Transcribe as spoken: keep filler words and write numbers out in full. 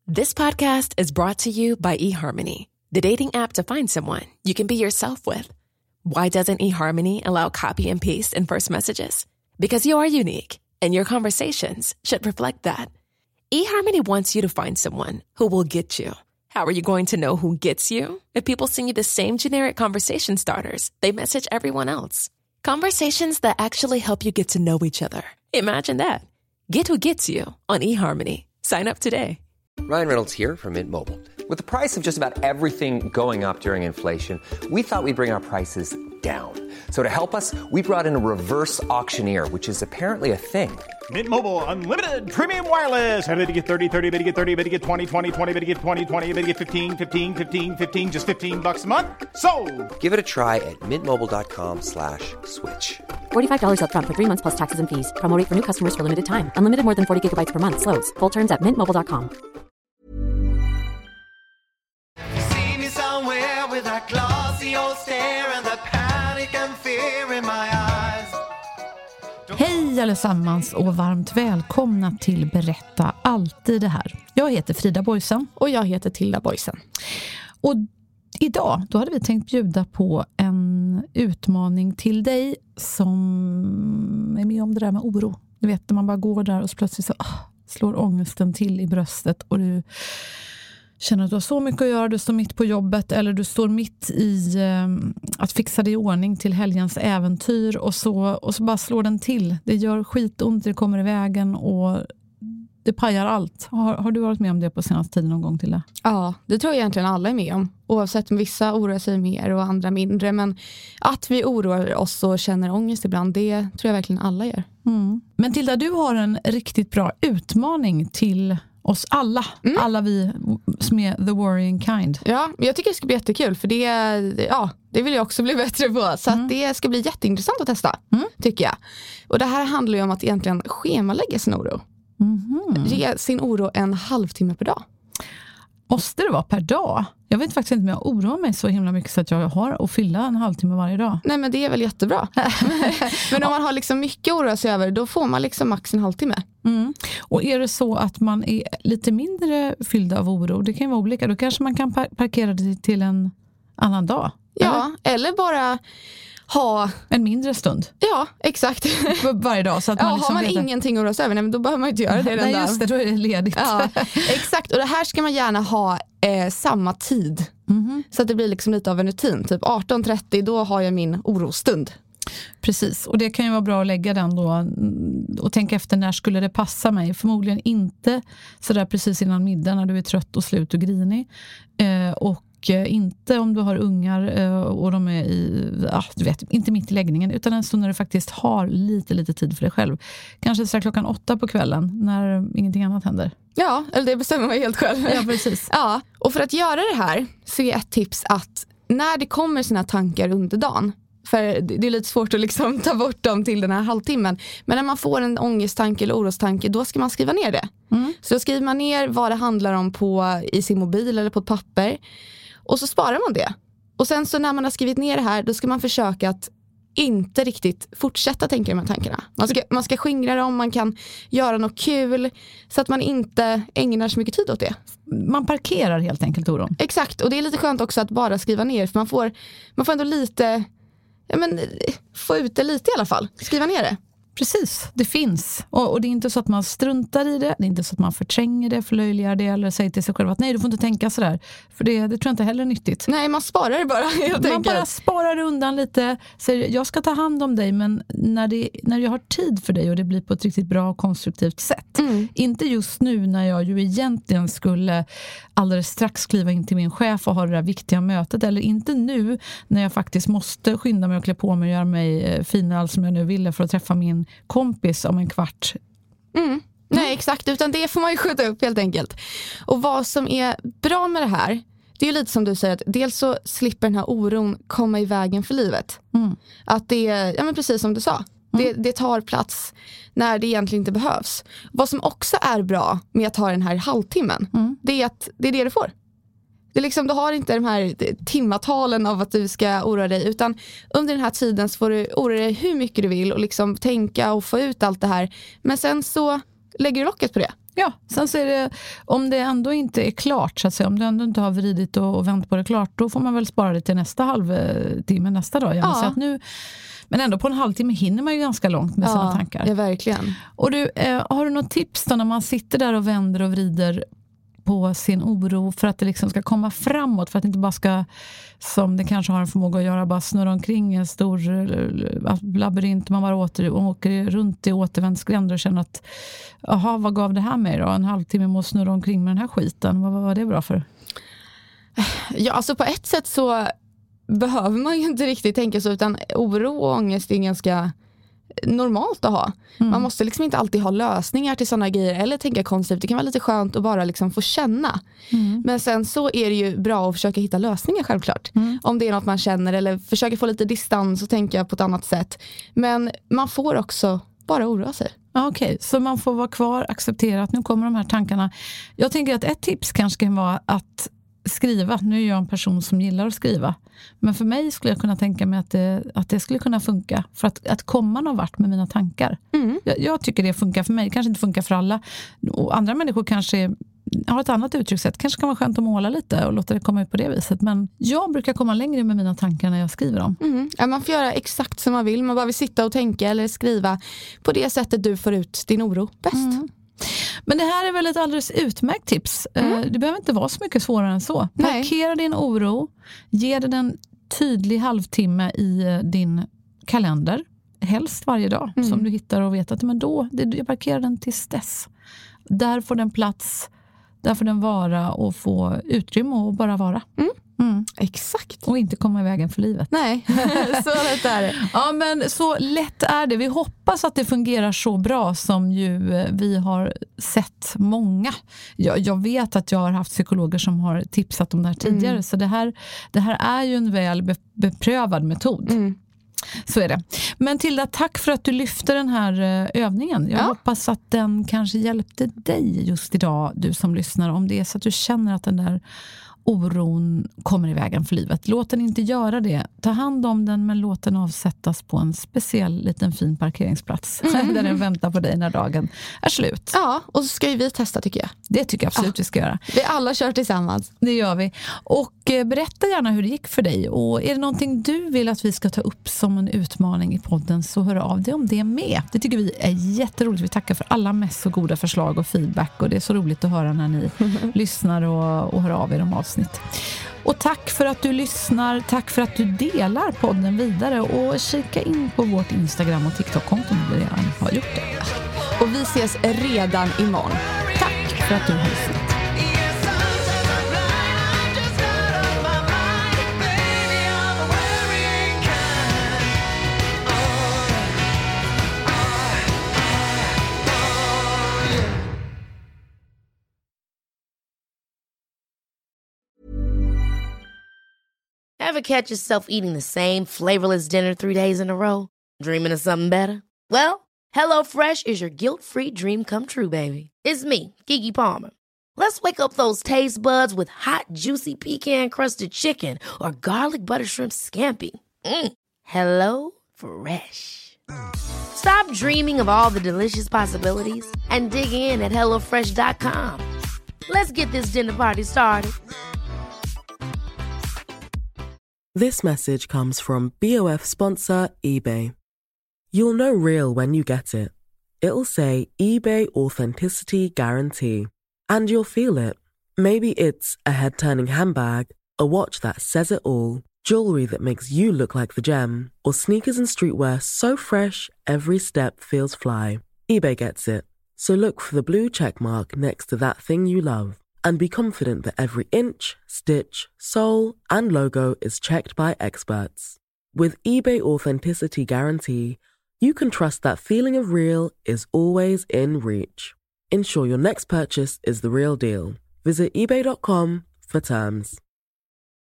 This podcast is brought to you by eHarmony, the dating app to find someone you can be yourself with. Why doesn't eHarmony allow copy and paste in first messages? Because you are unique, and your conversations should reflect that. eHarmony wants you to find someone who will get you. How are you going to know who gets you? If people send you the same generic conversation starters they message everyone else. Conversations that actually help you get to know each other. Imagine that. Get who gets you on eHarmony. Sign up today. Ryan Reynolds here from Mint Mobile. With the price of just about everything going up during inflation, we thought we'd bring our prices down. So to help us, we brought in a reverse auctioneer, which is apparently a thing. Mint Mobile Unlimited Premium Wireless. How to get thirty, thirty, how to get thirty, how to get twenty, twenty, twenty, how to get twenty, twenty, how to get fifteen, fifteen, fifteen, fifteen, just fifteen bucks a month? Sold! Give it a try at mintmobile.com slash switch. forty-five dollars up front for three months plus taxes and fees. Promo rate for new customers for limited time. Unlimited more than forty gigabytes per month. Slows full terms at mint mobile dot com. See me somewhere with that glossy old stare and the panic and fear in my eyes. Hej allesammans och varmt välkomna till Berätta alltid det här. Jag heter Frida Boysen. Och jag heter Tilda Boysen. Och idag då hade vi tänkt bjuda på en utmaning till dig som är med om det där med oro. Du vet när man bara går där och så plötsligt så ah, slår ångesten till i bröstet och du känner att du har så mycket att göra, du står mitt på jobbet eller du står mitt i eh, att fixa dig i ordning till helgens äventyr och så, och så bara slår den till. Det gör skitont, det kommer i vägen och det pajar allt. Har, har du varit med om det på senaste tiden någon gång till det? Ja, det tror jag egentligen alla är med om. Oavsett om vissa oroar sig mer och andra mindre. Men att vi oroar oss och känner ångest ibland, det tror jag verkligen alla gör. Mm. Men Tilda, du har en riktigt bra utmaning till oss alla. Mm. Alla vi som är the worrying kind. Ja, jag tycker det ska bli jättekul. För det, ja, det vill jag också bli bättre på. Så mm. att det ska bli jätteintressant att testa, mm. tycker jag. Och det här handlar ju om att egentligen schemalägga sin oro. Mm-hmm. Ge sin oro en halvtimme per dag. Måste det vara per dag? Jag vet faktiskt inte om jag oroar mig så himla mycket så att jag har att fylla en halvtimme varje dag. Nej, men det är väl jättebra. Men om man har liksom mycket att oroa sig över, då får man liksom max en halvtimme. Mm. Och är det så att man är lite mindre fylld av oro, det kan ju vara olika, då kanske man kan par- parkera det till en annan dag. Ja, eller, eller bara ha en mindre stund. Ja, exakt. Varje dag. Så att man ja, liksom har man vet ingenting att oroa sig över, nej, men då behöver man inte göra det den Nej, dagen. just det, då är det ledigt. Ja, exakt, och det här ska man gärna ha eh, samma tid. Mm-hmm. Så att det blir liksom lite av en rutin. Typ arton trettio, då har jag min orostund. Precis, och det kan ju vara bra att lägga den då och tänka efter när skulle det passa mig. Förmodligen inte sådär precis innan middag när du är trött och slut och grinig. Eh, och inte om du har ungar och de är i, ja, du vet, inte mitt i läggningen, utan en stund när du faktiskt har lite, lite tid för dig själv. Kanske strax klockan åtta på kvällen när ingenting annat händer. Ja, eller det bestämmer man helt själv. Ja, precis. Ja, och för att göra det här så är ett tips att när det kommer sina tankar under dagen, för det är lite svårt att liksom ta bort dem till den här halvtimmen. Men när man får en ångesttanke eller orostanke, då ska man skriva ner det. Mm. Så då skriver man ner vad det handlar om på, i sin mobil eller på ett papper. Och så sparar man det. Och sen så när man har skrivit ner det här, då ska man försöka att inte riktigt fortsätta tänka de här tankarna. Man ska, man ska skingra dem, man kan göra något kul så att man inte ägnar så mycket tid åt det. Man parkerar helt enkelt oron. Exakt, och det är lite skönt också att bara skriva ner, för man får, man får ändå lite, ja men få ut det lite i alla fall. Skriva ner det. Precis, det finns. Och, och det är inte så att man struntar i det. Det är inte så att man förtränger det, förlöjligar det eller säger till sig själv att nej, du får inte tänka sådär. För det, det tror jag inte heller är nyttigt. Nej, man sparar det bara helt Man enkelt. bara sparar undan lite. Säger, jag ska ta hand om dig, men när, det, när jag har tid för dig och det blir på ett riktigt bra och konstruktivt sätt. Mm. Inte just nu när jag ju egentligen skulle alldeles strax kliva in till min chef och ha det där viktiga mötet. Eller inte nu när jag faktiskt måste skynda mig och klä på mig och göra mig fin allt som jag nu ville för att träffa min kompis om en kvart. Mm. Nej, exakt. Utan det får man ju skjuta upp helt enkelt. Och vad som är bra med det här, det är ju lite som du säger, att dels så slipper den här oron komma i vägen för livet. Mm. Att det är, ja men precis som du sa, mm. det, det tar plats när det egentligen inte behövs. Vad som också är bra med att ha den här halvtimmen, mm. det är att det är det du får. Det är liksom, du har inte de här timmatalen av att du ska oroa dig, utan under den här tiden så får du oroa dig hur mycket du vill och liksom tänka och få ut allt det här. Men sen så lägger du locket på det. Ja, sen så är det, om det ändå inte är klart, så att säga, om du ändå inte har vridit och, och vänt på det klart, då får man väl spara det till nästa halvtimme nästa dag. Jag ja. att nu, men ändå på en halvtimme hinner man ju ganska långt med ja, sina tankar. Ja, verkligen. Och du, eh, har du något tips då när man sitter där och vänder och vrider på sin oro för att det liksom ska komma framåt, för att det inte bara ska, som det kanske har en förmåga att göra, bara snurra omkring en stor labyrint, man bara åter, åker runt i återvändsgränder och känner att aha, vad gav det här mig då? En halvtimme med att snurra omkring med den här skiten, vad, vad var det bra för? Ja, alltså på ett sätt så behöver man ju inte riktigt tänka så, utan oro och ångest är ganska normalt att ha. Mm. Man måste liksom inte alltid ha lösningar till sådana grejer eller tänka konstigt. Det kan vara lite skönt att bara liksom få känna. Mm. Men sen så är det ju bra att försöka hitta lösningar självklart. Mm. Om det är något man känner eller försöka få lite distans och tänka på ett annat sätt. Men man får också bara oroa sig. Okej, okay. Så man får vara kvar, acceptera att nu kommer de här tankarna. Jag tänker att ett tips kanske kan vara att skriva. Nu är jag en person som gillar att skriva. Men för mig skulle jag kunna tänka mig att det, att det skulle kunna funka. För att, att komma någon vart med mina tankar. Mm. Jag, jag tycker det funkar för mig. Kanske inte funkar för alla. Och andra människor kanske har ett annat uttryckssätt. Kanske kan vara skönt att måla lite och låta det komma ut på det viset. Men jag brukar komma längre med mina tankar när jag skriver dem. Mm. Ja, man får göra exakt som man vill. Man bara vill sitta och tänka eller skriva på det sättet du får ut din oro bäst. Mm. Men det här är väl ett alldeles utmärkt tips. Mm. Det behöver inte vara så mycket svårare än så. Nej. Parkera din oro. Ge den en tydlig halvtimme i din kalender. Helst varje dag. Mm. Som du hittar och vet att men då, jag parkerar den tills dess. Där får den plats. Där får den vara och få utrymme och bara vara. Mm. Mm. Exakt. Och inte komma i vägen för livet. Nej, så lätt är det. Ja, men så lätt är det. Vi hoppas att det fungerar så bra som ju vi har sett många. Jag, jag vet att jag har haft psykologer som har tipsat om det här tidigare. Mm. Så det här, det här är ju en väl be, beprövad metod. Mm. Så är det. Men Tilda, tack för att du lyfte den här övningen. Jag ja. hoppas att den kanske hjälpte dig just idag, du som lyssnar. Om det är så att du känner att den där oron kommer i vägen för livet. Låt den inte göra det. Ta hand om den, men låt den avsättas på en speciell liten fin parkeringsplats. Mm. Där den väntar på dig när dagen är slut. Ja, och så ska ju vi testa tycker jag. Det tycker jag absolut ja. vi ska göra. Vi alla kör tillsammans. Det gör vi. Och eh, berätta gärna hur det gick för dig. Och är det någonting du vill att vi ska ta upp som en utmaning i podden, så hör av dig om det med. Det tycker vi är jätteroligt. Vi tackar för alla mest så goda förslag och feedback. Och det är så roligt att höra när ni lyssnar och, och hör av er om avsnitt. Och tack för att du lyssnar, tack för att du delar podden vidare och kika in på vårt Instagram och TikTok-konto om du redan har gjort det. Och vi ses redan imorgon. Tack för att du har lyssnat. Ever catch yourself eating the same flavorless dinner three days in a row? Dreaming of something better? Well, HelloFresh is your guilt-free dream come true, baby. It's me, Keke Palmer. Let's wake up those taste buds with hot, juicy pecan-crusted chicken or garlic butter shrimp scampi. Mm. Hello Fresh. Stop dreaming of all the delicious possibilities and dig in at hello fresh dot com. Let's get this dinner party started. This message comes from B O F sponsor eBay. You'll know real when you get it. It'll say eBay Authenticity Guarantee. And you'll feel it. Maybe it's a head-turning handbag, a watch that says it all, jewelry that makes you look like the gem, or sneakers and streetwear so fresh every step feels fly. eBay gets it. So look for the blue check mark next to that thing you love. And be confident that every inch, stitch, sole, and logo is checked by experts. With eBay Authenticity Guarantee, you can trust that feeling of real is always in reach. Ensure your next purchase is the real deal. Visit ebay dot com for terms.